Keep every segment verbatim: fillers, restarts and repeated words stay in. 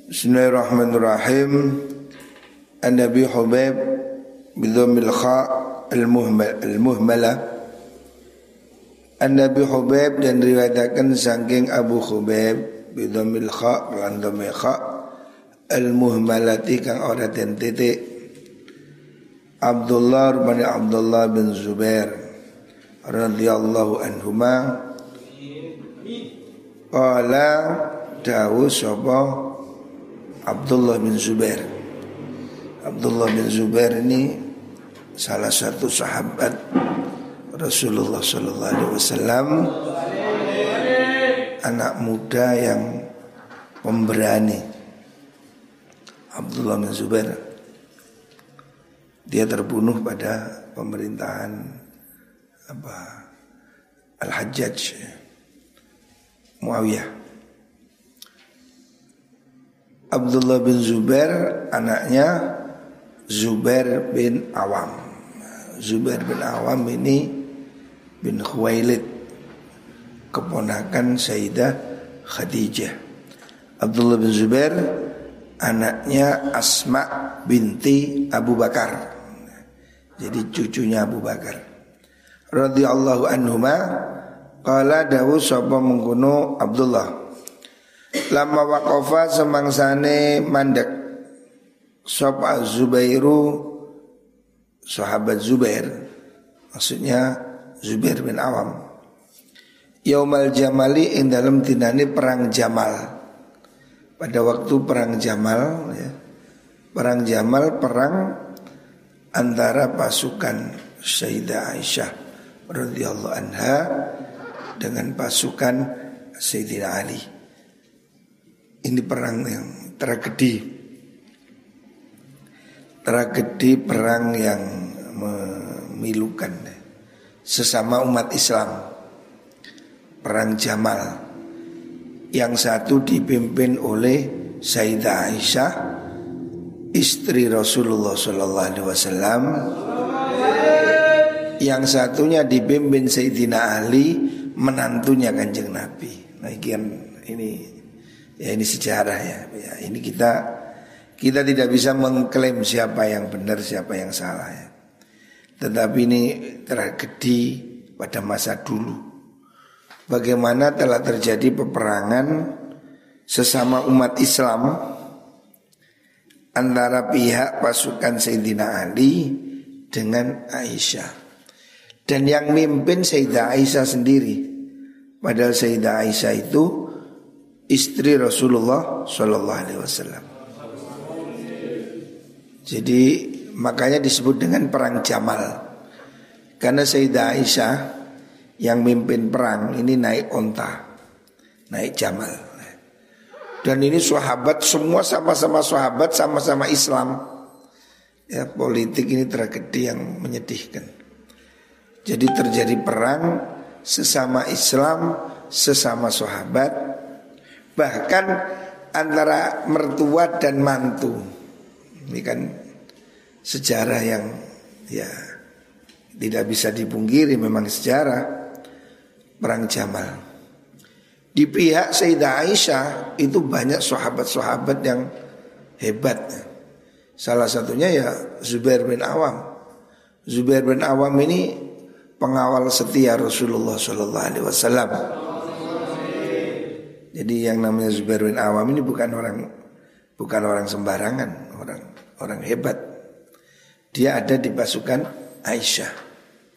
Bismillahirrahmanirrahim. An-Nabi Hubaib bidhammil kha al-muhmal al-muhmalah. An-Nabi Hubaib dan riwayatkan saking Abu Hubaib bidhammil kha lan dhammil kha al-muhmalati kang ora den titik. Abdullah bin Abdullah bin Zubair radhiyallahu anhuma qala dawu sapa Abdullah bin Zubair. Abdullah bin Zubair ini salah satu sahabat Rasulullah sallallahu alaihi wasallam, anak muda yang pemberani. Abdullah bin Zubair dia terbunuh pada pemerintahan apa Al-Hajjaj Muawiyah. Abdullah bin Zubair anaknya Zubair bin Awam. Zubair bin Awam ini bin Khuwailid, keponakan Sayyidah Khadijah. Abdullah bin Zubair anaknya Asma binti Abu Bakar, jadi cucunya Abu Bakar radhiyallahu anhuma. Qala dawu sapa mengkono Abdullah, lama waqafa semangsane mandek sapa Zubairu sahabat Zubair, maksudnya Zubair bin Awam, yaumal jamali ing dalam dinane perang Jamal. Pada waktu perang Jamal ya, perang Jamal perang antara pasukan Sayyidah Aisyah radhiyallahu anha dengan pasukan Sayyidina Ali. Ini perang yang tragedi, tragedi perang yang memilukan sesama umat Islam. Perang Jamal, yang satu dipimpin oleh Sayyidah Aisyah, istri Rasulullah Sallallahu Alaihi Wasallam, yang satunya dipimpin Sayyidina Ali, menantunya Kanjeng Nabi. Nah ini ya ini sejarah ya. Ya ini kita kita tidak bisa mengklaim siapa yang benar siapa yang salah ya. Tetapi ini tragedi pada masa dulu. Bagaimana telah terjadi peperangan sesama umat Islam antara pihak pasukan Sayyidina Ali dengan Aisyah, dan yang mimpin Sayyidah Aisyah sendiri. Padahal Sayyidah Aisyah itu istri Rasulullah Sallallahu Alaihi Wasallam. Jadi makanya disebut dengan perang Jamal, karena Sayyidah Aisyah yang mimpin perang ini naik onta, naik Jamal. Dan ini sahabat semua sama-sama sahabat, sama-sama Islam. Ya, politik ini tragedi yang menyedihkan. Jadi terjadi perang sesama Islam, sesama sahabat, bahkan antara mertua dan mantu. Ini kan sejarah yang ya tidak bisa dipungkiri, memang sejarah perang Jamal. Di pihak Sayyidah Aisyah itu banyak sahabat-sahabat yang hebat. Salah satunya ya Zubair bin Awam. Zubair bin Awam ini pengawal setia Rasulullah Sallallahu Alaihi Wasallam. Jadi yang namanya Zubair bin Awam ini bukan orang bukan orang sembarangan, orang orang hebat. Dia ada di pasukan Aisyah.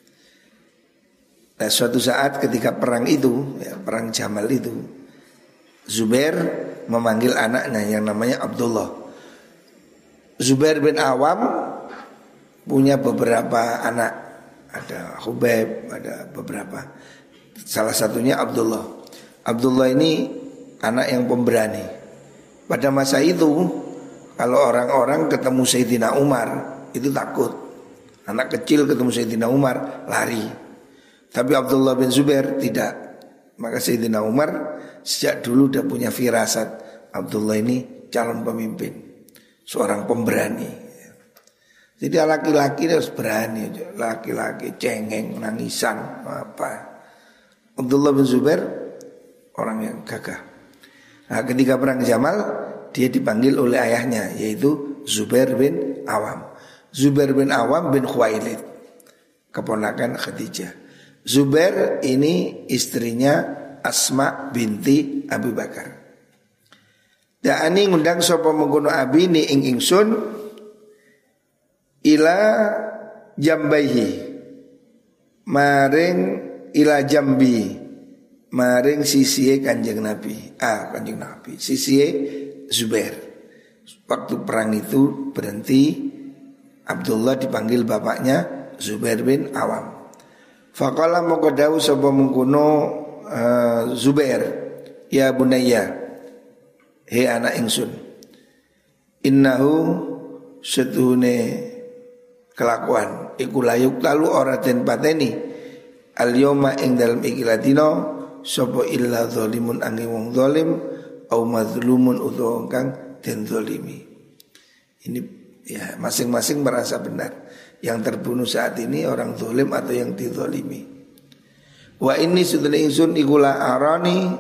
Nah, suatu saat ketika perang itu, ya, perang Jamal itu, Zubair memanggil anaknya yang namanya Abdullah. Zubair bin Awam punya beberapa anak, ada Hubaib, ada beberapa. Salah satunya Abdullah. Abdullah ini anak yang pemberani. Pada masa itu kalau orang-orang ketemu Sayyidina Umar itu takut. Anak kecil ketemu Sayyidina Umar lari. Tapi Abdullah bin Zubair tidak. Maka Sayyidina Umar sejak dulu udah punya firasat, Abdullah ini calon pemimpin, seorang pemberani. Jadi laki-laki harus berani, laki-laki cengeng, nangisan, apa. Abdullah bin Zubair orang yang gagah. Nah, ketika perang Jamal dia dipanggil oleh ayahnya, yaitu Zubair bin Awam. Zubair bin Awam bin Khuwailid, keponakan Khadijah. Zubair ini istrinya Asma binti Abu Bakar. Da'ani ngundang sapa mengkono abi ni ing ingsun ila jambaihi, maring ila jambi, maring sisihe Kanjeng Nabi. Ah, Kanjeng Nabi, sisihe Zubair. Waktu perang itu berhenti, Abdullah dipanggil bapaknya Zubair bin Awam. Faqala moko dawu sapa mengkono uh, Zubair, ya bunayya, he anak ingsun, innahu setuhune kelakuan iku layuk talu ora den pateni al yoma ing dalem iki ladina sapa illa zalimun angin wong zalim au mazlumun utawa kang den zalimi. Ini ya masing-masing merasa benar. Yang terbunuh saat ini orang zalim atau yang dizalimi. Wa inni sudune ingsun iku la arani,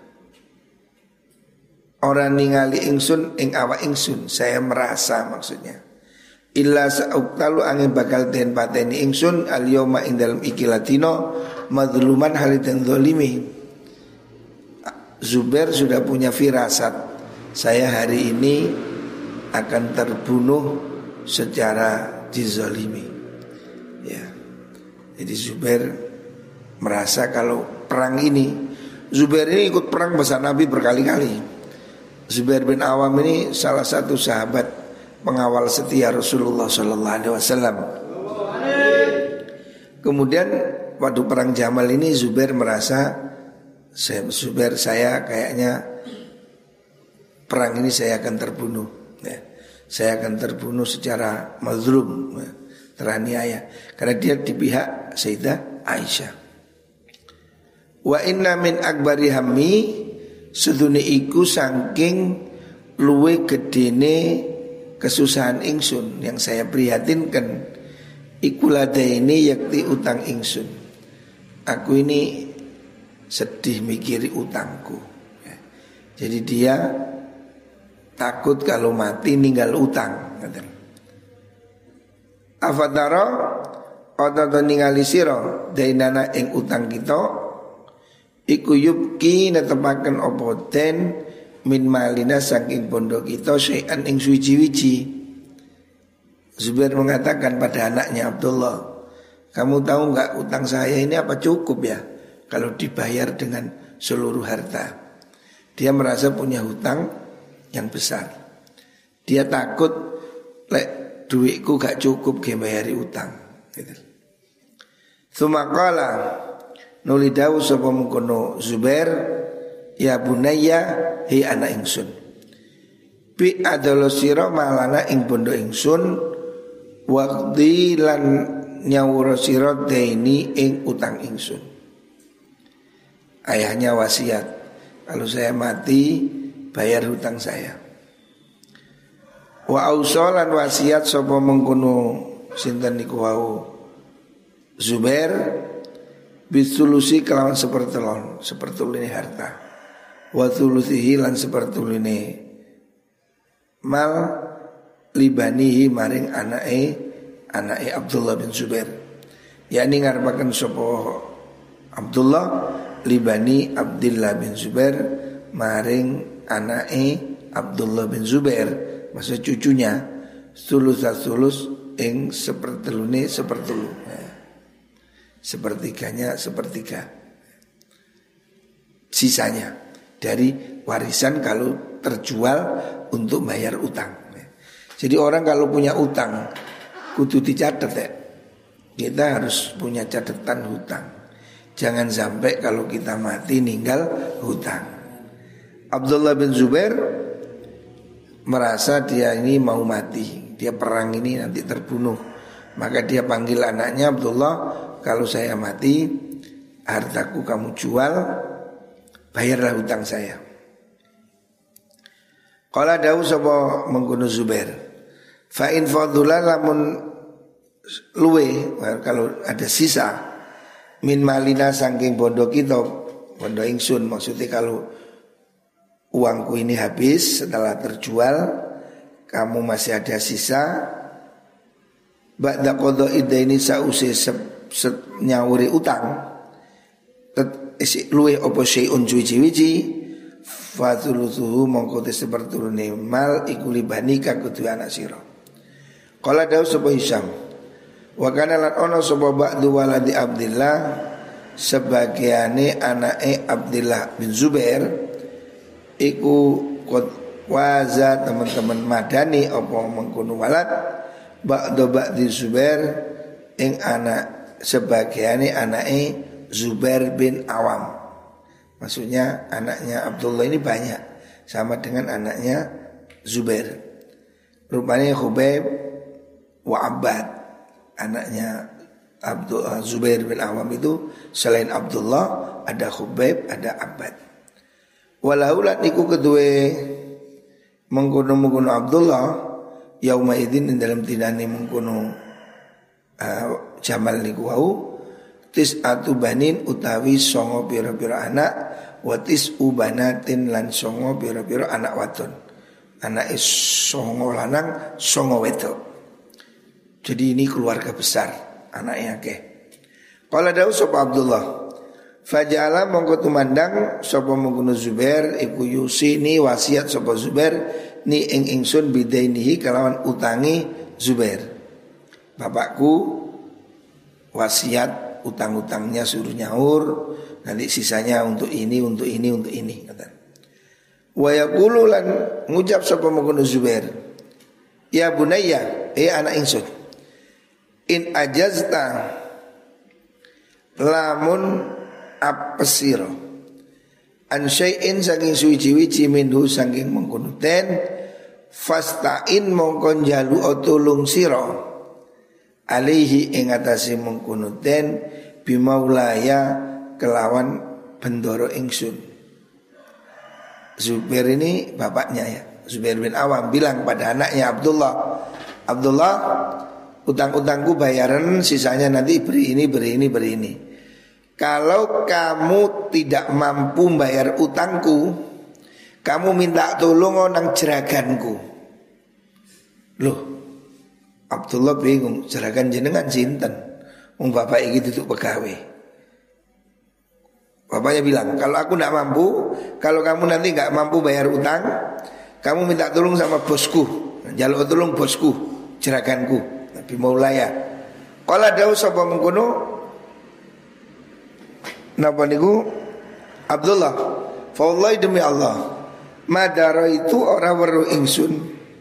orang ningali ingsun ing awak ingsun, saya merasa maksudnya. Illa sa'uktalu angin bakal den pateni ingsun al yawma ing dalem iki latino mazluman halidan zalimi. Zubair sudah punya firasat, saya hari ini akan terbunuh secara dizalimi. Ya. Jadi Zubair merasa kalau perang ini, Zubair ini ikut perang bersama Nabi berkali-kali. Zubair bin Awam ini salah satu sahabat pengawal setia Rasulullah Sallallahu Alaihi Wasallam. Kemudian waktu perang Jamal ini Zubair merasa, Zubair saya kayaknya perang ini saya akan terbunuh. Ya. Saya akan terbunuh secara mazlum, ya, teraniaya, karena dia di pihak Sayyidah Aisyah. Wa inna min akbari hammi, sedune iku saking luwe gedene kesusahan ingsun yang saya prihatinkan, iku ladaini yakti utang ingsun. Aku ini sedih mikiri utangku, ya. Jadi dia takut kalau mati ninggal utang. Afataro ototo ningali siro dainana ing utang kita iku yubki netepaken opo den min malina saking bondo kita syai'an ing suci-wici. Zubair mengatakan pada anaknya Abdullah, kamu tahu enggak utang saya ini apa cukup ya kalau dibayar dengan seluruh harta. Dia merasa punya hutang yang besar. Dia takut lek duitku gak cukup ge bayari utang gitu. Sumakala nuli dawu sapa mengkono Zubair, ya bunayya hi anak ingsun, bi adalo sira malana ing bondo ingsun waqdi lan nyawura sira daini ing utang ingsun. Ayahnya wasiat, kalau saya mati bayar hutang saya. Wa ausolan wasiat sapa mengkono sinten niku wau Zubair bisulusi kelawan sepertelon, sepertuline harta. Wa sulusihi lan sepertuline mal libanihi maring anake anake Abdullah bin Zubair. Yani ngarepaken sapa Abdullah libani Abdullah bin Zubair maring anake Abdullah bin Zubair, maksud cucunya, sulus sulus ing sepertelune sepertelu, nah, sepertiganya sepertiga, sisanya dari warisan kalau terjual untuk bayar utang. Jadi orang kalau punya utang kudu dicatat ya. Kita harus punya catatan hutang. Jangan sampai kalau kita mati ninggal hutang. Abdullah bin Zubair merasa dia ini mau mati, dia perang ini nanti terbunuh. Maka dia panggil anaknya, Abdullah, kalau saya mati hartaku kamu jual, bayarlah hutang saya. Qala dawu sapa mengkono Zubair, fa in fadula lamun luwe, kalau ada sisa min malina saking bondo kita, bondo ingsun, maksudnya kalau uangku ini habis setelah terjual, kamu masih ada sisa. Ba'da qadha idaini sause nyauri utang isi luwe opo syai'un cuci-wici fatulutuhu mongko seperturune mal iku libanika kudu anak sira. Qala dawu sapa Hisam wa kana lan ono sapa ba'du waladi Abdillah sebagiane anake Abdillah bin Zubair iku qad waza teman-teman madani apa mengkono walad ba'du ba'di Zubair ing anak sebagiane anake Zubair bin Awam. Maksudnya anaknya Abdullah ini banyak, sama dengan anaknya Zubair. Rupanya Khubayb wa Abbad, anaknya Abdullah Zubair bin Awam itu selain Abdullah ada Khubayb, ada Abbad. Walaulat niku kedua mengkono-mengkono Abdullah yauma idzin dalam tinane mengkono uh, Jamal niku wau tis'atu banin utawi songo piro-piro anak wa tis'u banatin lan songo piro-piro anak wadon. Anak songo lanang, songo wedok. Jadi ini keluarga besar, anaknya ke. Qala dawu sapa Abdullah faja'ala mongko tumandang sapa mengkono Zubair iku yusini wasiat sapa Zubair ni ing ingsun bidainihi kalawan utangi Zubair. Bapakku wasiat utang-utangnya suruh nyaur, nanti sisanya untuk ini, untuk ini, untuk ini kata. Wa yaqulu lan ngucap sapa mengkono Zubair, ya bunayya, eh anak ingsun, in ajazta lamun apesiro an syai'in saking suwi-wici minhu saking mengkono ten fastain mongkon jalu tulung sira alaihi ing atase mengkono den bimaulaya kelawan bendoro ingsun. Zubair ini bapaknya ya, Zubair bin Awam bilang pada anaknya Abdullah, Abdullah utang-utangku bayaran, sisanya nanti beri ini, beri ini, beri ini. Kalau kamu tidak mampu bayar utangku, kamu minta tolong nang jeraganku. Loh, Abdullah bingung, jeragan jenengan sinten? Wong bapak iki duduk pegawai. Bapaknya bilang, kalau aku tidak mampu, kalau kamu nanti nggak mampu bayar utang, kamu minta tolong sama bosku, jaluk tolong bosku, jeraganku, Nabi Maulaya. Qala dawu sapa mengkono, napa niku Abdullah, fa wallahi demi Allah, madara itu ora weruh ingsun.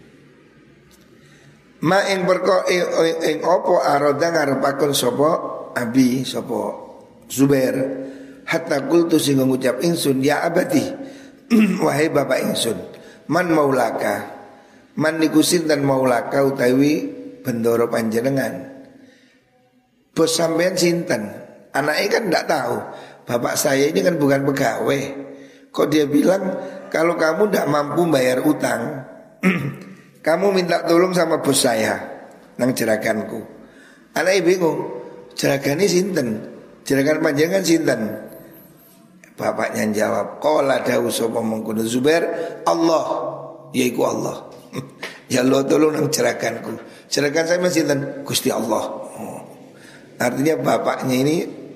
Ma ing perko ing opo aroda ngarepakon sapa abi sapa Zubair hatta qultu sing ngucap ingsun ya abadi wahai bapak ingsun man maulaka man niku sinten maulaka utawi bendoro panjenengan bos sampean sinten. Anaknya kan enggak tahu bapak saya ini kan bukan pegawai. Kok dia bilang kalau kamu enggak mampu bayar utang kamu minta tolong sama bos saya nang jeraganku. Anaknya bingung, jeragane sinten? Jeragan panjenengan sinten? Bapaknya jawab, qala dawu sapa mengkono Zubair, Allah, yaiku Allah. Ya Allah tolong nang jeraganku. Jeragan saya masih sinten? Gusti Allah. Oh. Artinya bapaknya ini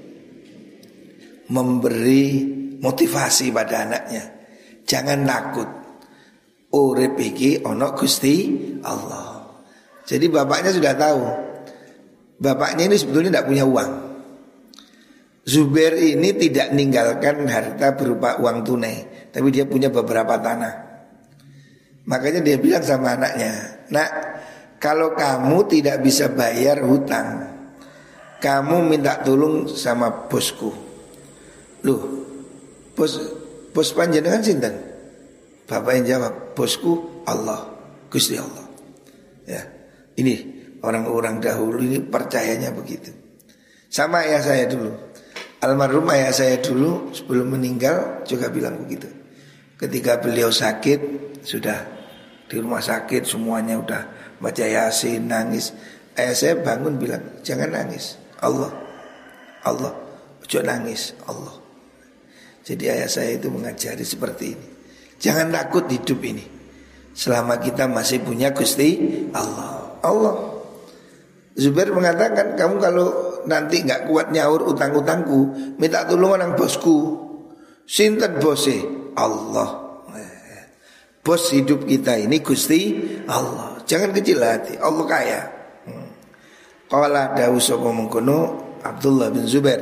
memberi motivasi pada anaknya. Jangan takut. Urip iki ana Gusti Allah. Jadi bapaknya sudah tahu. Bapaknya ini sebetulnya tidak punya uang. Zubair ini tidak meninggalkan harta berupa uang tunai, tapi dia punya beberapa tanah. Makanya dia bilang sama anaknya, nak, kalau kamu tidak bisa bayar hutang, kamu minta tolong sama bosku. Loh, bos bos panjenengan sinten? Bapak yang jawab, bosku Allah, Gusti Allah. Ya, ini orang-orang dahulu ini percayanya begitu. Sama ayah saya dulu, almarhum ayah saya dulu sebelum meninggal juga bilang begitu. Ketika beliau sakit, sudah di rumah sakit semuanya udah baca Yasin, nangis. Ayah saya bangun bilang, jangan nangis, Allah, Allah, jangan nangis, Allah. Jadi ayah saya itu mengajari seperti ini. Jangan takut hidup ini selama kita masih punya Gusti Allah. Allah. Zubair mengatakan, kamu kalau nanti nggak kuat nyaur utang-utangku, minta tolong orang bosku. Sinten bose? Allah. Bos hidup kita ini Gusti Allah. Jangan kecil hati, Allah kaya. Qala dawu sapa mengkono Abdullah bin Zubair,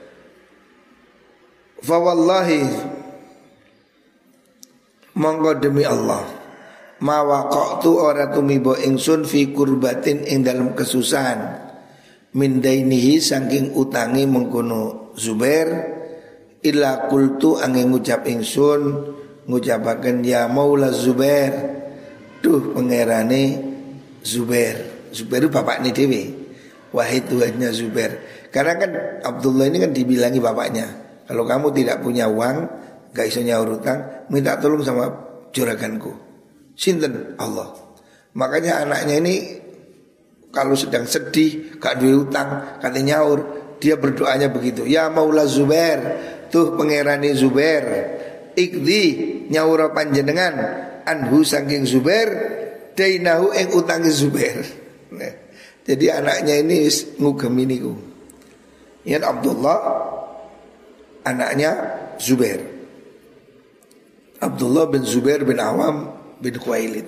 fa wallahi monggo demi Allah, ma waqatu ora tumiba ingsun fi kurbatin ing dalam kesusahan min dainihi saking utangi mengkono Zubair, illa qultu angin ngucap ingsun ngucapaken ya maula Zubair, duh pangerane Zubair. Zubair itu bapaknya dewe, wahai Tuhannya Zubair. Karena kan Abdullah ini kan dibilangi bapaknya, kalau kamu tidak punya uang, gak iso nyaur utang, minta tolong sama juraganku. Sinten? Allah. Makanya anaknya ini kalau sedang sedih, gak duwe utang, katanya nyaur, dia berdoanya begitu, ya maula Zubair, tuh pangerane Zubair, ikdi nyaura panjenengan anhu saking Zubair dainahu ing utangi Zubair. Nah, jadi anaknya ini ngugemi niku. Yan Abdullah anaknya Zubair, Abdullah bin Zubair bin Awam bin Khuwailid.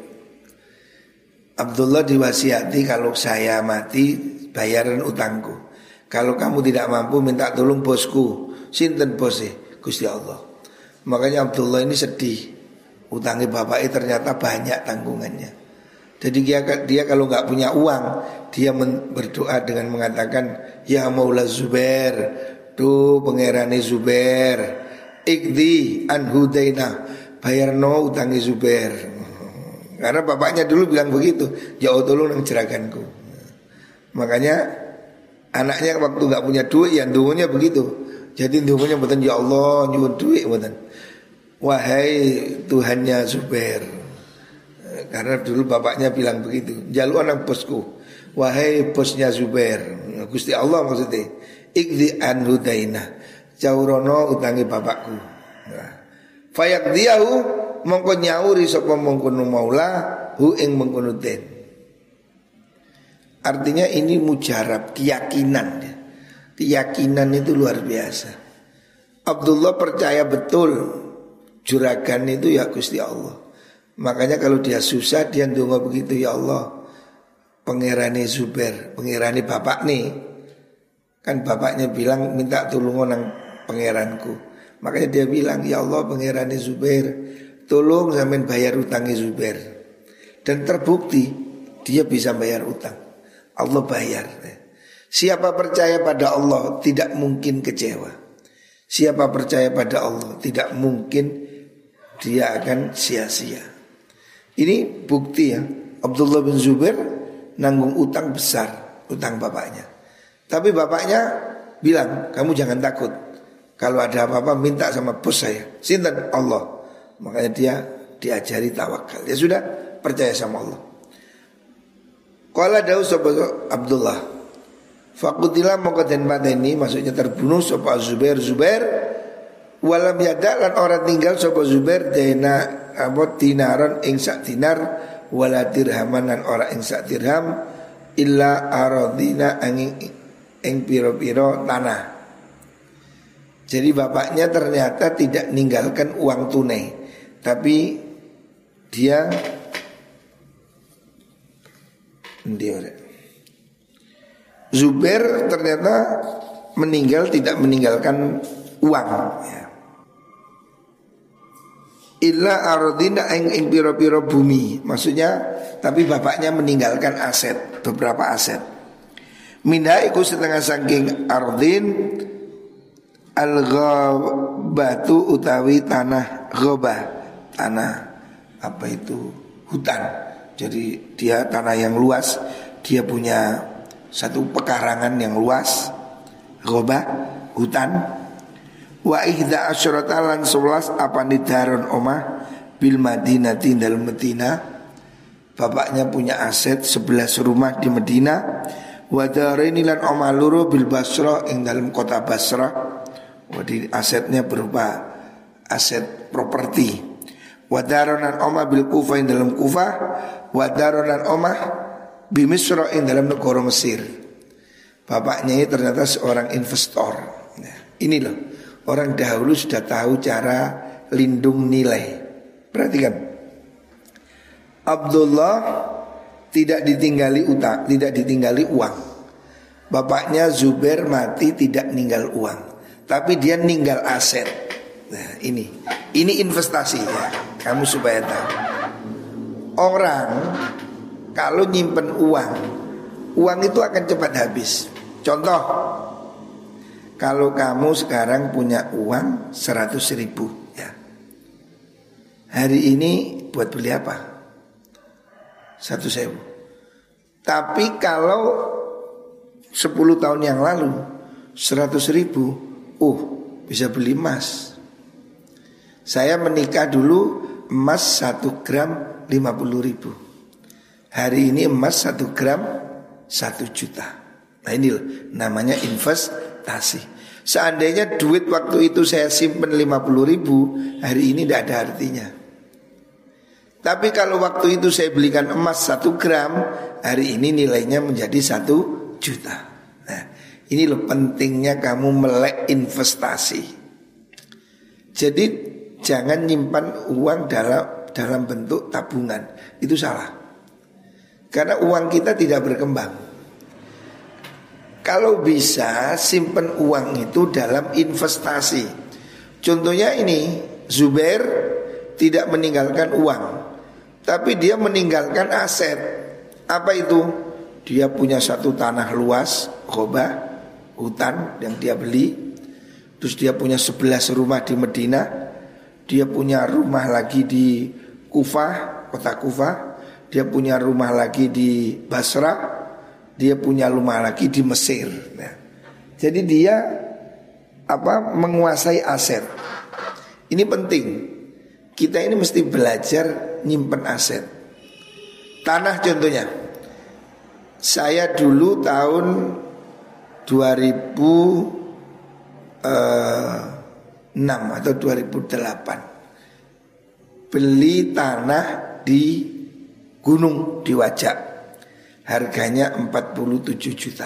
Abdullah diwasiati, kalau saya mati bayaran utangku, kalau kamu tidak mampu minta tolong bosku. Sinten bose? Gusti Allah. Makanya Abdullah ini sedih, utangi bapaknya ternyata banyak tanggungannya. Jadi dia, dia kalau nggak punya uang, dia men, berdoa dengan mengatakan ya maula Zubair, tuh pangerane Zubair, ikdi anhu daina, bayarno utangi Zubair. Karena bapaknya dulu bilang begitu, ya Allah tolong nang jeraganku. Makanya anaknya waktu nggak punya duit, ya duitnya begitu. Jadi duitnya bukan ya Allah nyuwun duit bukan. Wahai Tuhannya Zubair. Karena dulu bapaknya bilang begitu, jaluk anak bosku, wahai bosnya Zubair, Gusti Allah maksudnya, ikdi anhu daina, jaurono utangi bapakku. Nah, fayak diahu mongko nyauri sapa mongkono maula hu ing mongkono den. Artinya ini mujarab, keyakinan. Keyakinan itu luar biasa. Abdullah percaya betul juragan itu ya Gusti Allah. Makanya kalau dia susah dia ndonga begitu, ya Allah pangerane Zubair, pangerane bapak nih. Kan bapaknya bilang minta tolong nang pangeranku. Makanya dia bilang ya Allah pangerane Zubair, tolong sampean bayar utangnya Zubair. Dan terbukti dia bisa bayar utang. Allah bayar. Siapa percaya pada Allah tidak mungkin kecewa. Siapa percaya pada Allah tidak mungkin dia akan sia-sia. Ini bukti ya, Abdullah bin Zubair nanggung utang besar, utang bapaknya. Tapi bapaknya bilang, kamu jangan takut, kalau ada apa-apa minta sama bos saya. Sinten? Allah. Makanya dia diajari tawakal. Dia sudah percaya sama Allah. Qala dawu sapa Abdullah, faqutila mongko den pateni, maksudnya terbunuh sapa Zubair Zubair, walam yada lan ora tinggal sapa Zubair dena apa dinaron ing sak dinar, wala dirhaman lan ora ing sak dirham, illa aradina angin ing piro-piro tanah. Jadi bapaknya ternyata tidak ninggalkan uang tunai, tapi dia dia Zubair ternyata meninggal tidak meninggalkan uang ya. Illa ardina ing ing piro-piro bumi, maksudnya tapi bapaknya meninggalkan aset, beberapa aset. Minha iku setengah saking ardin al-ghabatu utawi tanah ghabah, tanah apa itu hutan. Jadi dia tanah yang luas, dia punya satu pekarangan yang luas, ghabah hutan. Wa ihda asyarata lan sebelas apa nidaron omah bil Madinati dal Madinah. Bapaknya punya aset sebelas rumah di Madinah. Wa daraini lan omah loro bil Basra ing dalam kota Basra. Jadi asetnya berupa aset properti. Wadaronan omah bil Kufah ing dalam Kufah, wadaronan omah bi Misra ing dalam negara Mesir. Bapaknya ini ternyata seorang investor. Nah, ini loh, orang dahulu sudah tahu cara lindung nilai. Perhatikan, Abdullah tidak ditinggali utang, tidak ditinggali uang. Bapaknya Zubair mati tidak ninggal uang, tapi dia ninggal aset. Nah ini, ini investasi ya. Kamu supaya tahu. Orang kalau nyimpen uang, uang itu akan cepat habis. Contoh, kalau kamu sekarang punya uang seratus ribu ya, hari ini buat beli apa? Satu sewu. Tapi kalau sepuluh tahun yang lalu seratus ribu, uh bisa beli emas. Saya menikah dulu emas satu gram lima puluh ribu. Hari ini emas satu gram satu juta. Nah ini loh, namanya investasi. Seandainya duit waktu itu saya simpen lima puluh ribu, hari ini tidak ada artinya. Tapi kalau waktu itu saya belikan emas satu gram, hari ini nilainya menjadi satu juta. Nah ini loh pentingnya kamu melek investasi. Jadi jangan nyimpan uang dalam dalam bentuk tabungan. Itu salah. Karena uang kita tidak berkembang. Kalau bisa simpan uang itu dalam investasi. Contohnya ini, Zubair tidak meninggalkan uang, tapi dia meninggalkan aset. Apa itu? Dia punya satu tanah luas, Khobah, hutan yang dia beli. Terus dia punya sebelas rumah di Medina. Dia punya rumah lagi di Kufah, kota Kufah. Dia punya rumah lagi di Basra. Dia punya rumah lagi di Mesir. Nah, jadi dia apa menguasai aset. Ini penting. Kita ini mesti belajar nyimpen aset. Tanah contohnya. Saya dulu tahun dua ribu enam atau dua ribu delapan beli tanah di Gunung di Wajak, harganya empat puluh tujuh juta.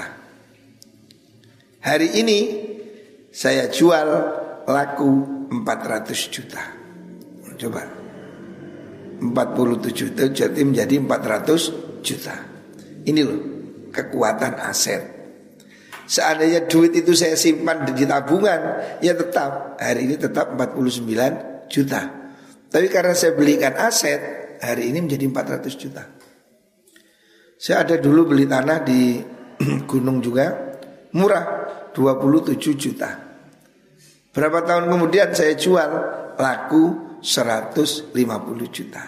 Hari ini saya jual laku empat ratus juta. Coba empat puluh tujuh juta jadi menjadi empat ratus juta. Ini loh kekuatan aset. Seandainya duit itu saya simpan di tabungan, ya tetap hari ini tetap empat puluh sembilan juta. Tapi karena saya belikan aset, hari ini menjadi empat ratus juta. Saya ada dulu beli tanah di gunung juga, murah, dua puluh tujuh juta. Berapa tahun kemudian saya jual, laku seratus lima puluh juta.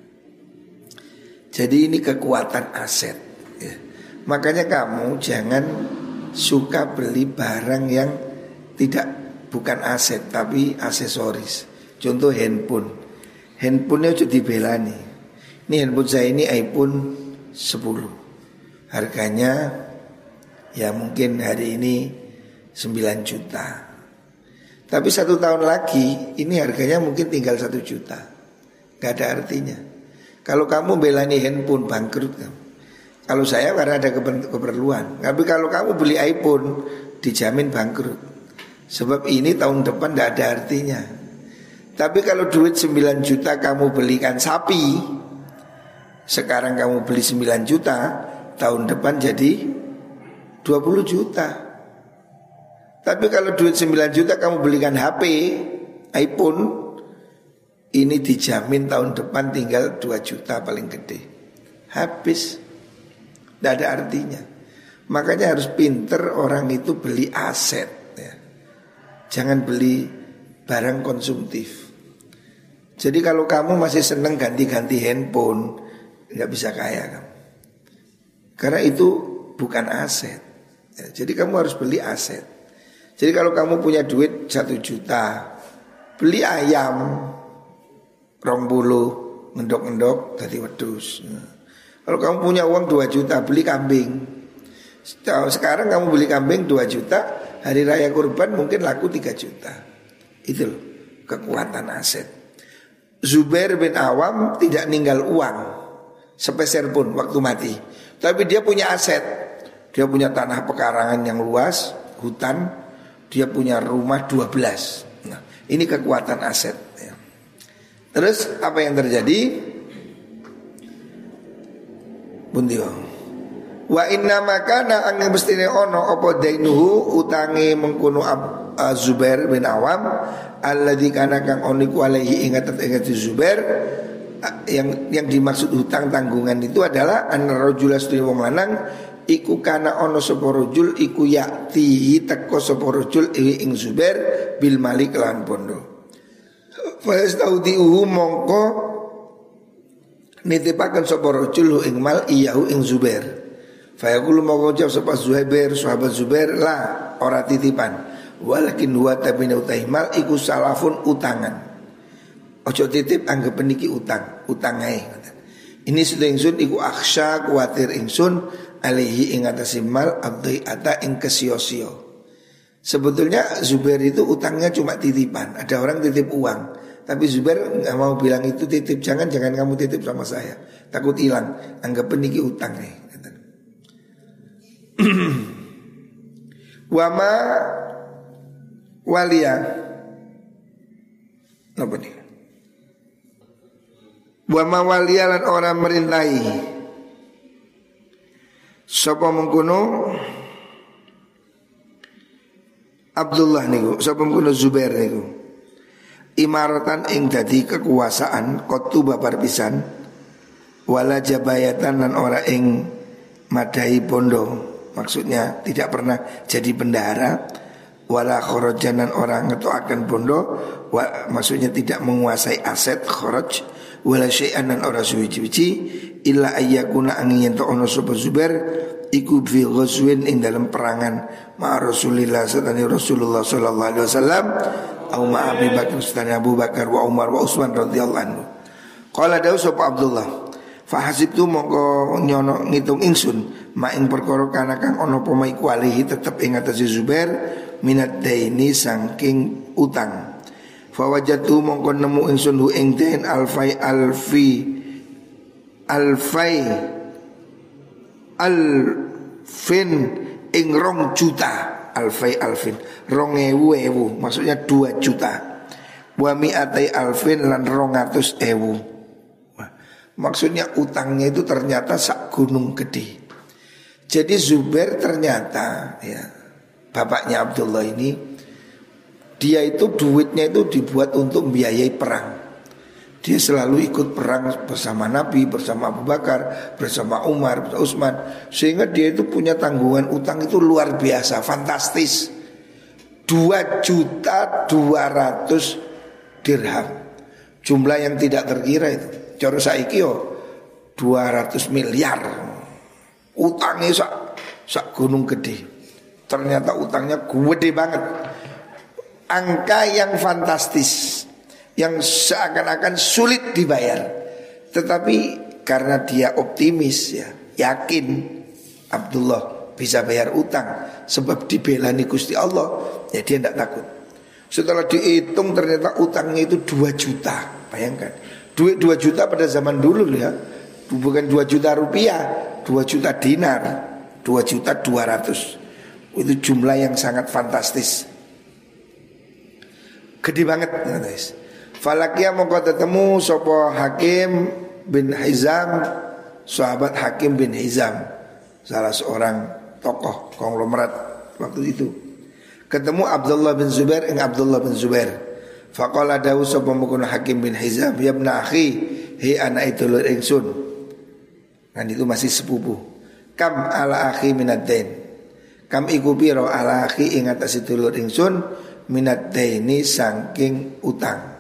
Jadi ini kekuatan aset ya. Makanya kamu jangan suka beli barang yang tidak bukan aset tapi aksesoris. Contoh handphone. Handphonenya sudah dibelani. Ini handphone saya ini iPhone sepuluh. Harganya ya mungkin hari ini sembilan juta. Tapi satu tahun lagi ini harganya mungkin tinggal satu juta. Gak ada artinya. Kalau kamu belani handphone bangkrut kamu. Kalau saya karena ada keperluan. Tapi kalau kamu beli iPhone dijamin bangkrut. Sebab ini tahun depan tidak ada artinya. Tapi kalau duit sembilan juta kamu belikan sapi, sekarang kamu beli sembilan juta, tahun depan jadi dua puluh juta. Tapi kalau duit sembilan juta kamu belikan H P, iPhone, ini dijamin tahun depan tinggal dua juta paling gede. Habis. Tidak ada artinya. Makanya harus pinter orang itu beli aset ya. Jangan beli barang konsumtif. Jadi kalau kamu masih senang ganti-ganti handphone, nggak bisa kaya kamu. Karena itu bukan aset ya. Jadi kamu harus beli aset. Jadi kalau kamu punya duit satu juta, beli ayam rong bulu, ngendok-ngendok tadi wedus. Kalau kamu punya uang dua juta, beli kambing. Sekarang kamu beli kambing dua juta, hari raya kurban mungkin laku tiga juta. Itu loh kekuatan aset. Zubair bin Awam tidak ninggal uang sepeser pun waktu mati. Tapi dia punya aset. Dia punya tanah pekarangan yang luas, hutan. Dia punya rumah dua belas. Nah, ini kekuatan aset ya. Terus apa yang terjadi? Bundio. Wa inna makana angin mestine ono opo dainuhu utangi mengkuno uh, Zubair bin Awam alladzi kana kang oniku alaihi ingat ingat Zubair uh, yang yang dimaksud hutang tanggungan itu adalah an rajula wong lanang iku kana ono sapa rajul iku yakti teko sapa rajul ing Zubair bil malik lan bondo. Fa yastaudihu mongko nitipaken sapa rajul ing mal iyahu ing Zubair. Fa yaqulu mongko jawab sapa Zubair sahabat Zubair la ora titipan walakin huwa tabina utaimal iku salafun utangan. Ojo titip anggap niki utang, utang ae. Ini sudah ingsun iku aksya kuatir ingsun alaihi ing atase mal abdi ata ing kesio-sio. Sebetulnya Zubair itu utangnya cuma titipan. Ada orang titip uang, tapi Zubair nggak mau bilang itu titip. Jangan jangan kamu titip sama saya, takut hilang. Anggap niki utang nih. Wama walia apa nih? Wama walia lan orang merintahi sapa mengkono Abdullah niku, sapa mengkono Zubair niku imaratan ing dadi kekuasaan kotu babar pisan wala jabayatan lan ora ing madahi bondo. Maksudnya tidak pernah jadi bendahara. Wala khorojanan orang ngetoaken bondo wa, maksudnya tidak menguasai aset khoroj. Wala syai'an dan orang suwi-suwi illa ayyakuna angin to ono sapa Zubair iku fi ghazwin ing dalam perangan ma Rasulillah satani Rasulullah sallallahu alaihi wasallam au ma Abi Bakar satani Abu Bakar wa Umar wa Utsman radhiyallahu anhu. Qala dawu sapa Abdullah fa hasibtu mongko nyono ngitung ingsun ma ing perkara kana kang ana apa iku alihi tetep ing atase Zubair minat daini saking utang. Fa wajatu mongko nemu ingsun hu ing dain alfai alfi alfai alfin ing rong juta alfai alfin rong ewu ewu maksudnya dua juta wa mi'atai alfin lan rongatus ewu. Maksudnya utangnya itu ternyata sak gunung gede. Jadi Zubair ternyata ya bapaknya Abdullah ini dia itu duitnya itu dibuat untuk membiayai perang. Dia selalu ikut perang bersama Nabi, bersama Abu Bakar, bersama Umar, bersama Utsman. Sehingga dia itu punya tanggungan utang itu luar biasa, fantastis. Dua juta dua ratus dirham. Jumlah yang tidak terkira itu. Cara saiki yo dua ratus miliar. Utangnya sak sak gunung gede. Ternyata utangnya gede banget. Angka yang fantastis, yang seakan-akan sulit dibayar. Tetapi karena dia optimis ya, yakin Abdullah bisa bayar utang sebab dibelani Gusti Allah, ya dia tidak takut. Setelah dihitung ternyata utangnya itu dua juta. Bayangkan, duit dua juta pada zaman dulu ya, bukan dua juta rupiah, dua juta dinar, dua juta dua ratus. Itu jumlah yang sangat fantastis, gede banget guys. Falakia mongko ketemu sopo Hakim bin Hizam, sahabat Hakim bin Hizam, salah seorang tokoh konglomerat waktu itu. Ketemu Abdullah bin Zubair ing Abdullah bin Zubair. Faqala dawu sapa mungkon Hakim bin Hizam, ya ibn akhi, hi anak itu lur ingsun. Kan itu masih sepupu. Kam ala akhi minad dain. Kam iku pira ala akhi ing atase dulur ingsun minad daini saking utang.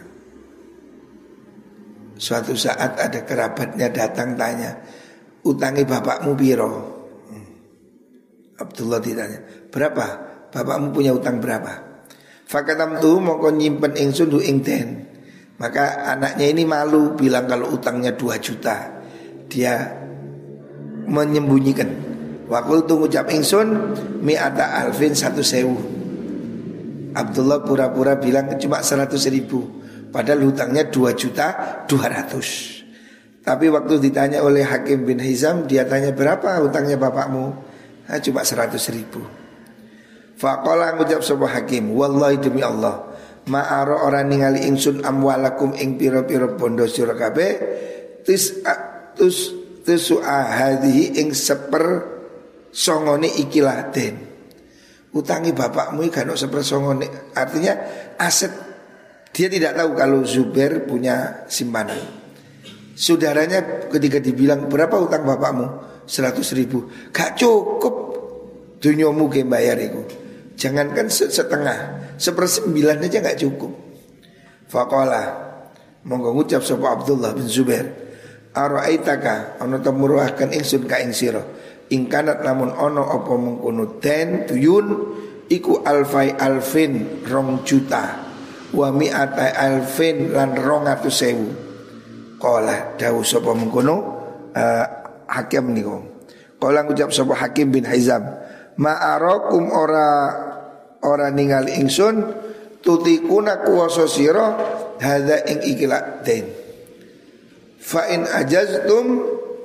Suatu saat ada kerabatnya datang tanya, utangi bapakmu piro? Abdullah ditanya, berapa? Bapakmu punya utang berapa? Fakatam tu moko nyimpen ingsun hu ing den. Maka anaknya ini malu bilang kalau utangnya dua juta. Dia menyembunyikan. Wakul tu ngucap ingsun mi'ata alfin satu sewu. Abdullah pura-pura bilang cuma seratus ribu. Padahal hutangnya dua juta dua ratus. Tapi waktu ditanya oleh Hakim bin Hizam, dia tanya berapa hutangnya bapakmu? Nah, cuma seratus ribu. Faqala ngucap sapa Hakim, wallahi demi Allah, ma'ara orang ningali ingsun amwalakum ing piro-piro bondo sira kabeh tis tus tusua hadhihi ing seper songone ikilah den. Utangi bapakmu iki kan seper songone, artinya aset. Dia tidak tahu kalau Zubair punya simpanan. Saudaranya ketika dibilang berapa utang bapakmu? Seratus ribu. Gak cukup dunyomu ke bayar itu. Jangankan setengah, sepersembilan aja gak cukup. Faqala monggo ngucap sapa Abdullah bin Zubair, ara'aitaka ana tamuruhaken ingsun ka ing sira ing kanat lamun ana apa mengkono den tuyun iku alfai alfin rong juta wa mi'atai alfin lan rong atus sewu. Qala dawu sapa mengkono uh, Hakim niku. Qala ngucap sapa Hakim bin Hizam, ma'arakum ora ora ningali ingsun tutikuna kuwasa sira hadza ing ikilah den. Fa in ajaztum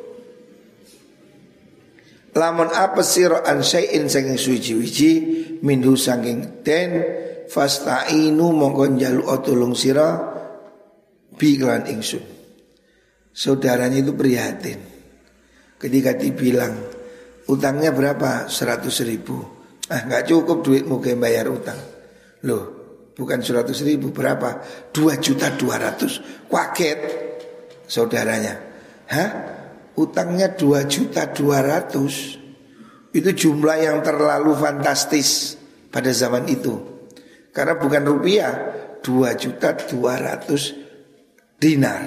lamun apa sira an syai'in saking suci-wici minhu saking den fasta'inu monggo njaluk tulung sira bi lan ingsun. Saudaranya itu prihatin ketika dibilang utangnya berapa? Seratus ribu. Ah gak cukup duitmu ke bayar utang. Loh bukan seratus ribu, berapa? Dua juta dua ratus. Kaget saudaranya. Hah? Utangnya dua juta dua ratus. Itu jumlah yang terlalu fantastis pada zaman itu. Karena bukan rupiah, dua juta dua ratus dinar.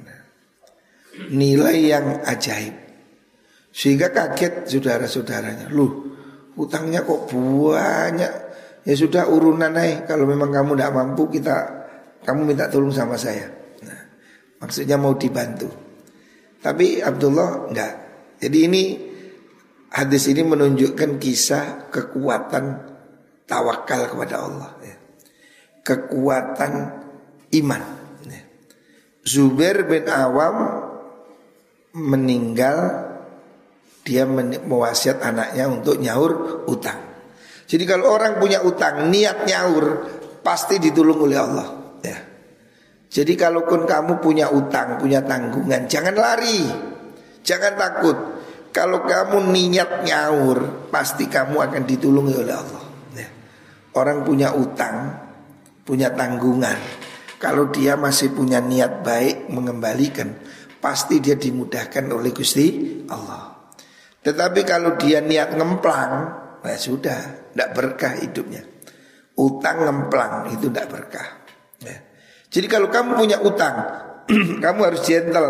Nilai yang ajaib. Sehingga kaget saudara-saudaranya. Loh, hutangnya kok banyak. Ya sudah urunan aja. Kalau memang kamu tidak mampu, kita kamu minta tolong sama saya. Nah, maksudnya mau dibantu. Tapi Abdullah enggak. Jadi ini hadis ini menunjukkan kisah kekuatan tawakal kepada Allah ya. Kekuatan iman ya. Zubair bin Awam meninggal, dia mewasiat anaknya untuk nyaur utang. Jadi kalau orang punya utang niat nyaur pasti ditolong oleh Allah ya. Jadi kalaupun kamu punya utang, punya tanggungan, jangan lari, jangan takut. Kalau kamu niat nyaur pasti kamu akan ditolong oleh Allah ya. Orang punya utang, punya tanggungan, kalau dia masih punya niat baik mengembalikan, pasti dia dimudahkan oleh Gusti Allah. Tetapi kalau dia niat ngemplang, ya sudah, tidak berkah hidupnya. Utang ngemplang itu tidak berkah ya. Jadi kalau kamu punya utang, kamu harus gentle,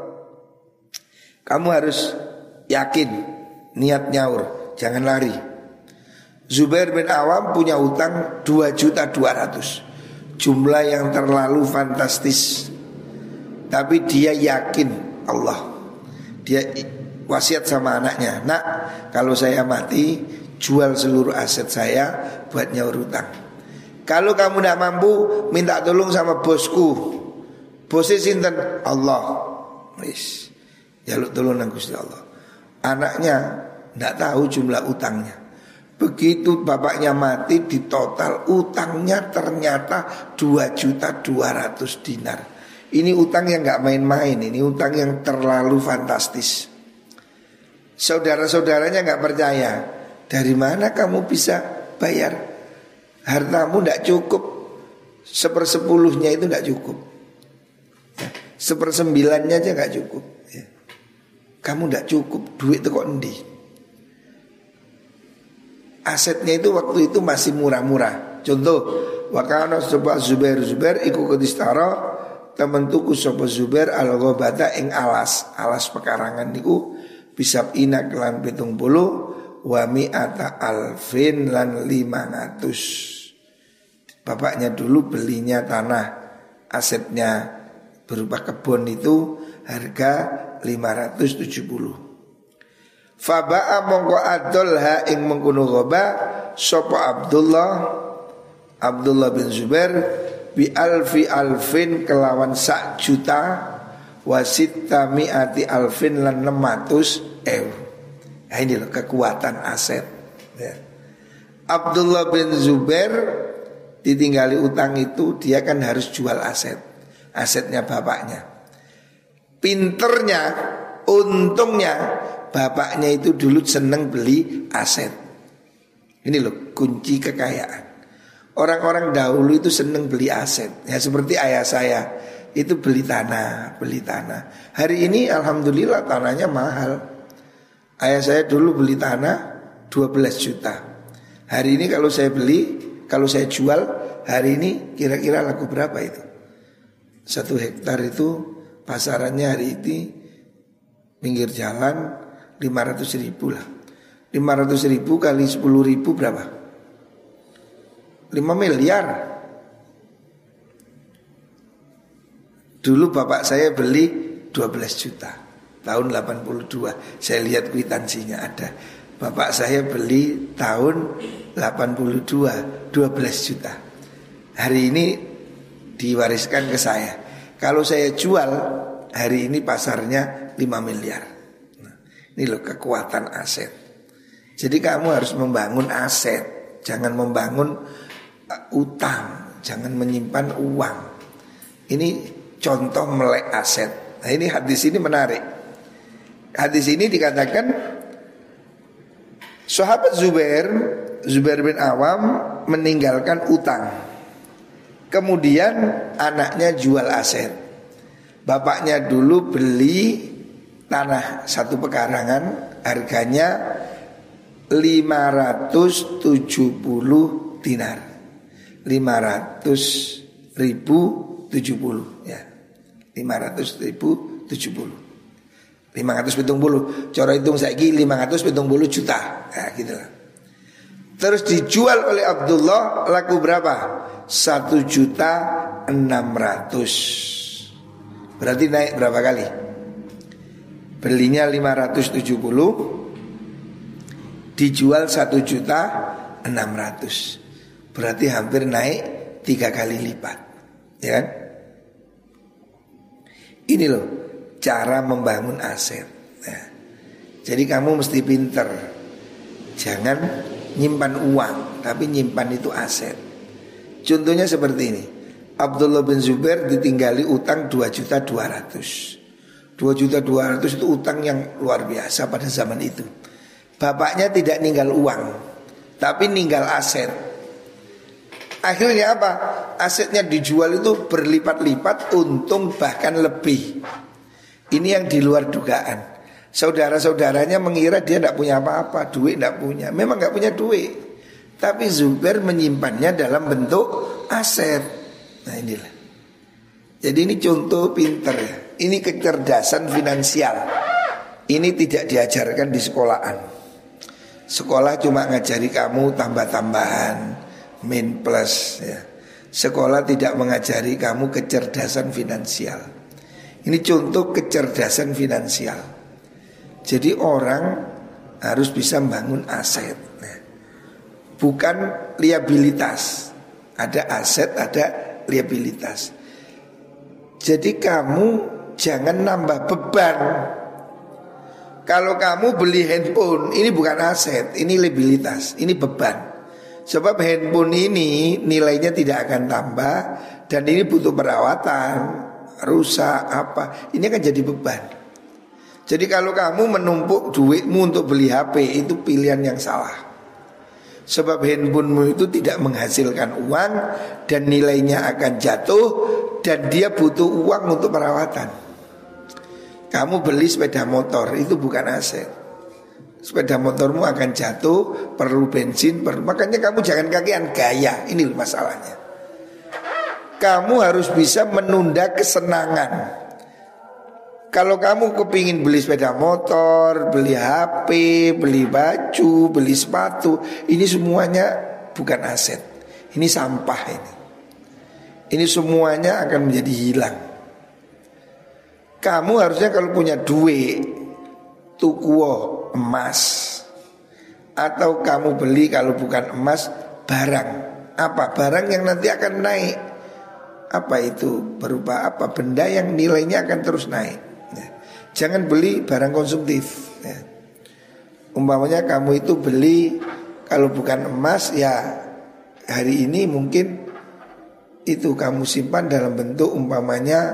kamu harus yakin, niat nyaur, jangan lari. Zubair bin Awam punya utang dua juta dua ratus, jumlah yang terlalu fantastis. Tapi dia yakin Allah. Dia wasiat sama anaknya, nak kalau saya mati jual seluruh aset saya buat nyaur utang. Kalau kamu tidak mampu, minta tolong sama bosku. Bosnya sinten? Allah. Wis, jaluk tolong nang Gusti Allah. Anaknya tidak tahu jumlah utangnya. Begitu bapaknya mati, di total utangnya ternyata dua juta dua ratus dinar. Ini utang yang gak main-main. Ini utang yang terlalu fantastis. Saudara-saudaranya gak percaya. Dari mana kamu bisa bayar? Hartamu tidak cukup. Sepersepuluhnya itu tidak cukup ya. Sepersembilannya aja gak cukup ya. Kamu tidak cukup. Duit itu kok endi? Asetnya itu waktu itu masih murah-murah. Contoh, wakana sopa Zubair Zubair iku kedistara temen tuku sopa Zubair al-ghobata ing alas. Alas pekarangan niku bisab ina kelan pitung puluh wa mi'ata alfin lan lima ratus. Bapaknya dulu belinya tanah, asetnya berupa kebun itu harga lima ratus tujuh puluh. Faba'a mongko adolha ing mengkuno ghoba sopa Abdullah Abdullah bin Zubair bi alfi alfin kelawan sak juta wasitta mi'ati alfin lan enam ratus ewu. Nah, ini loh kekuatan aset ya. Abdullah bin Zubair ditinggali utang itu dia kan harus jual aset, asetnya bapaknya. Pinternya, untungnya bapaknya itu dulu seneng beli aset. Ini loh kunci kekayaan. Orang-orang dahulu itu seneng beli aset. Ya seperti ayah saya itu beli tanah, beli tanah. Hari ini alhamdulillah tanahnya mahal. Ayah saya dulu beli tanah dua belas juta. Hari ini kalau saya beli, kalau saya jual hari ini kira-kira laku berapa itu? Satu hektar itu pasarannya hari ini pinggir jalan lima ratus ribu lah. lima ratus ribu kali sepuluh ribu berapa? lima miliar. Dulu bapak saya beli dua belas juta tahun delapan puluh dua. Saya lihat kwitansinya ada. Bapak saya beli tahun delapan puluh dua dua belas juta. Hari ini diwariskan ke saya. Kalau saya jual hari ini pasarnya lima miliar. Nah, ini loh kekuatan aset. Jadi kamu harus membangun aset, jangan membangun uh, utang, jangan menyimpan uang. Ini contoh melek aset. Nah, ini hadis ini menarik. Hadis ini dikatakan sahabat Zubair, Zubair bin Awam meninggalkan utang. Kemudian anaknya jual aset. Bapaknya dulu beli tanah satu pekarangan, harganya lima ratus tujuh puluh dinar, lima ratus ribu tujuh puluh ya, lima ratus ribu tujuh puluh, lima ratus pitung puluh. Cara hitung saiki lima ratus pitung puluh juta. Ya gitulah. Terus dijual oleh Abdullah laku berapa? Satu juta enam ratus. Berarti naik berapa kali? Belinya lima ratus tujuh puluh, dijual satu juta enam ratus. Berarti hampir naik tiga kali lipat. Ya kan? Ini loh cara membangun aset. Nah, jadi kamu mesti pinter. Jangan nyimpan uang, tapi nyimpan itu aset. Contohnya seperti ini. Abdullah bin Zubair ditinggali utang dua juta dua ratus. dua juta dua ratus itu utang yang luar biasa pada zaman itu. Bapaknya tidak ninggal uang, tapi ninggal aset. Akhirnya apa? Asetnya dijual itu berlipat-lipat, untung bahkan lebih. Ini yang di luar dugaan. Saudara-saudaranya mengira dia tidak punya apa-apa, duit tidak punya. Memang tidak punya duit, tapi Zubair menyimpannya dalam bentuk aset. Nah inilah. Jadi ini contoh pinter ya. Ini kecerdasan finansial. Ini tidak diajarkan di sekolahan. Sekolah cuma ngajari kamu tambah-tambahan, min plus ya. Sekolah tidak mengajari kamu kecerdasan finansial. Ini contoh kecerdasan finansial. Jadi orang harus bisa membangun aset, nah, bukan liabilitas. Ada aset, ada liabilitas. Jadi kamu jangan nambah beban. Kalau kamu beli handphone, ini bukan aset, ini liabilitas, ini beban. Sebab handphone ini nilainya tidak akan tambah, dan ini butuh perawatan, rusak apa, ini akan jadi beban. Jadi kalau kamu menumpuk duitmu untuk beli H P, itu pilihan yang salah. Sebab handphonemu itu tidak menghasilkan uang, dan nilainya akan jatuh, dan dia butuh uang untuk perawatan. Kamu beli sepeda motor, itu bukan aset. Sepeda motormu akan jatuh, perlu bensin, perlu. Makanya kamu jangan kakean gaya. Ini masalahnya. Kamu harus bisa menunda kesenangan. Kalau kamu kepingin beli sepeda motor, beli H P, beli baju, beli sepatu, ini semuanya bukan aset. Ini sampah ini. Ini semuanya akan menjadi hilang. Kamu harusnya kalau punya duit, tukuo emas, atau kamu beli kalau bukan emas barang. Apa? Barang yang nanti akan naik. Apa itu? Berupa apa? Benda yang nilainya akan terus naik ya. Jangan beli barang konsumtif ya. Umpamanya kamu itu beli, kalau bukan emas ya hari ini mungkin itu kamu simpan dalam bentuk umpamanya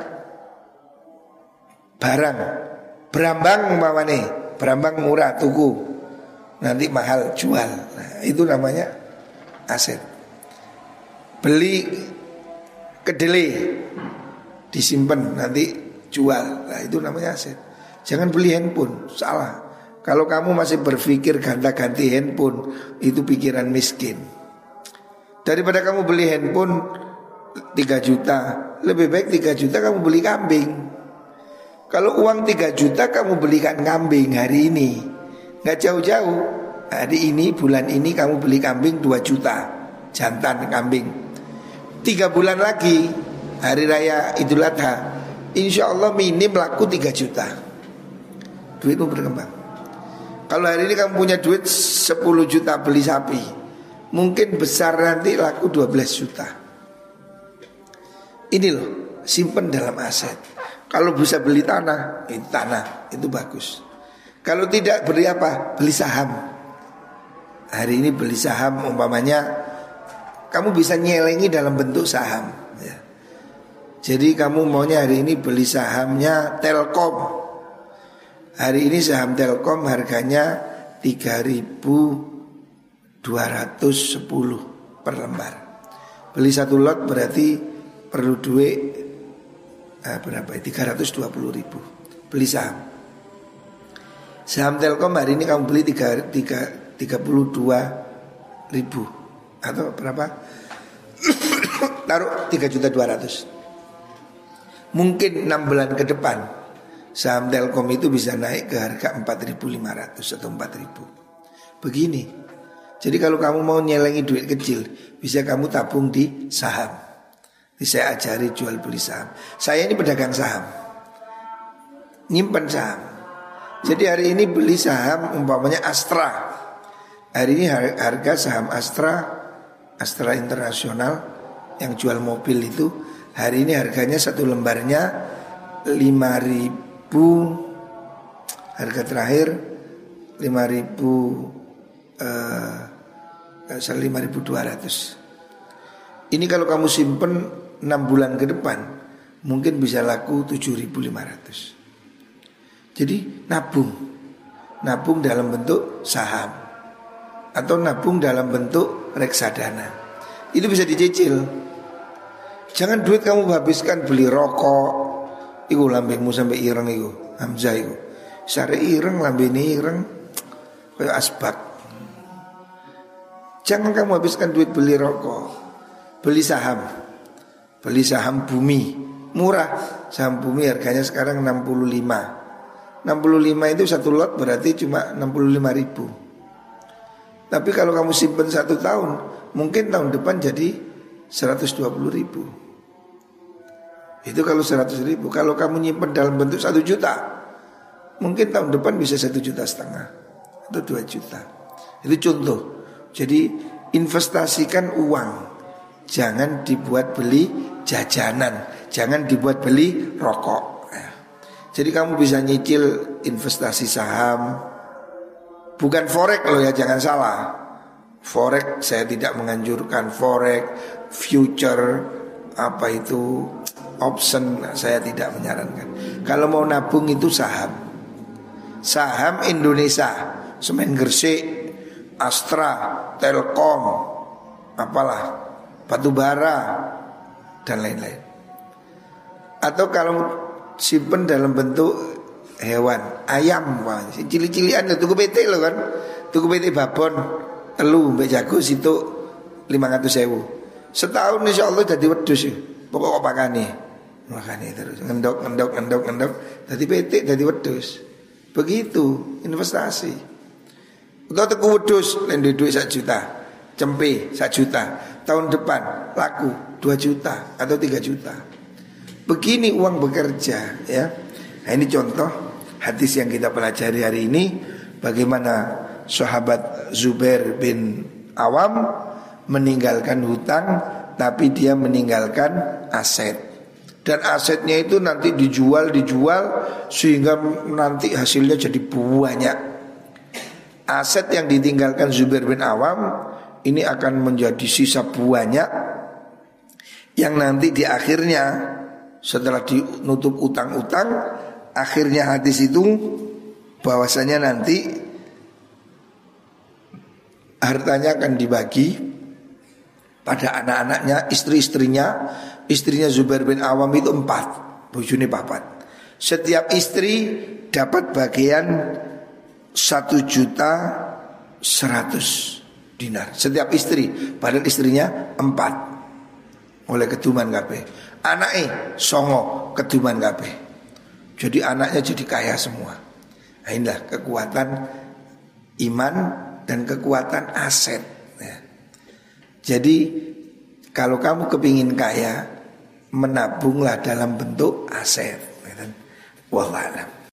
barang. Berambang umpamanya, berambang murah tuku, nanti mahal jual. Nah, itu namanya aset. Beli kedelai disimpan nanti jual. Nah, itu namanya aset. Jangan beli handphone, salah. Kalau kamu masih berpikir gonta-ganti handphone, itu pikiran miskin. Daripada kamu beli handphone tiga juta, lebih baik tiga juta kamu beli kambing. Kalau uang tiga juta kamu belikan kambing hari ini, nggak jauh-jauh. Hari ini, bulan ini kamu beli kambing dua juta, jantan kambing. Tiga bulan lagi, hari raya Idul Adha, insya Allah minim laku tiga juta. Duitmu berkembang. Kalau hari ini kamu punya duit sepuluh juta beli sapi, mungkin besar nanti laku dua belas juta. Ini loh, simpen dalam aset. Kalau bisa beli tanah, ini tanah, itu bagus. Kalau tidak, beli apa? Beli saham. Hari ini beli saham, umpamanya kamu bisa nyelengi dalam bentuk saham ya. Jadi kamu maunya hari ini beli sahamnya Telkom. Hari ini saham Telkom harganya tiga ribu dua ratus sepuluh per lembar. Beli satu lot berarti perlu duit eh, berapa? tiga ratus dua puluh ribu. Beli saham. Saham Telkom hari ini kamu beli tiga puluh dua ribu. Atau berapa? Taruh tiga juta dua ratus. Mungkin enam bulan ke depan saham Telkom itu bisa naik ke harga empat ribu lima ratus atau empat ribu. Begini. Jadi kalau kamu mau nyelengi duit kecil, bisa kamu tabung di saham. Jadi saya ajari jual beli saham. Saya ini pedagang saham, nyimpan saham. Jadi hari ini beli saham umpamanya Astra. Hari ini harga saham Astra, Astra Internasional yang jual mobil itu, hari ini harganya satu lembarnya lima ribu. Harga terakhir lima ribu eh, lima ribu dua ratus. Ini kalau kamu simpen enam bulan ke depan mungkin bisa laku tujuh ribu lima ratus. Jadi nabung. Nabung dalam bentuk saham atau nabung dalam bentuk reksadana. Itu bisa dicicil. Jangan duit kamu habiskan beli rokok. Iku lambengmu sampai ireng iku, Hamzah iku. Sare ireng lambene ireng kayak asbak. Jangan kamu habiskan duit beli rokok. Beli saham. Beli saham bumi. Murah. Saham bumi harganya sekarang enam puluh lima. enam puluh lima itu satu lot berarti cuma enam puluh lima ribu. Tapi kalau kamu simpen satu tahun, mungkin tahun depan jadi seratus dua puluh ribu. Itu kalau seratus ribu. Kalau kamu nyimpen dalam bentuk satu juta, mungkin tahun depan bisa satu juta setengah atau dua juta. Itu contoh. Jadi investasikan uang, jangan dibuat beli jajanan, jangan dibuat beli rokok. Jadi kamu bisa nyicil investasi saham. Bukan forex loh ya, jangan salah. Forex saya tidak menganjurkan. Forex, future, apa itu, option, saya tidak menyarankan. Kalau mau nabung itu saham. Saham Indonesia, Semen Gresik, Astra, Telkom, apalah, batubara, dan lain-lain. Atau kalau simpen dalam bentuk hewan, ayam, wah, cili-cilian ya tuku P T lo kan, tuku P T babon, telu, mbak jago situ lima ratus ribu. Setahun insya Allah jadi wedus ya, pokok pakane, makane terus ngendok, ngendok, ngendok, ngendok, jadi P T, jadi wedus. Begitu investasi. Atau tuku wedus, lendai duit satu juta, cempe satu juta, tahun depan laku dua juta atau tiga juta. Begini uang bekerja ya. Nah, ini contoh hadis yang kita pelajari hari ini. Bagaimana sahabat Zubair bin Awam meninggalkan hutang tapi dia meninggalkan aset. Dan asetnya itu nanti dijual, dijual sehingga nanti hasilnya jadi banyak. Aset yang ditinggalkan Zubair bin Awam ini akan menjadi sisa banyak, yang nanti di akhirnya setelah dinutup utang-utang, akhirnya hadis itu bahwasanya nanti hartanya akan dibagi pada anak-anaknya, istri-istrinya. Istrinya Zubair bin Awam itu empat, bojone papat. Setiap istri dapat bagian satu juta seratus dinar. Setiap istri, padahal istrinya empat, oleh keduman kabeh. Anaknya songo keduman kabeh. Jadi anaknya jadi kaya semua. Nah, inilah kekuatan iman dan kekuatan aset ya. Jadi kalau kamu kepingin kaya, menabunglah dalam bentuk aset. Wallahu a'lam.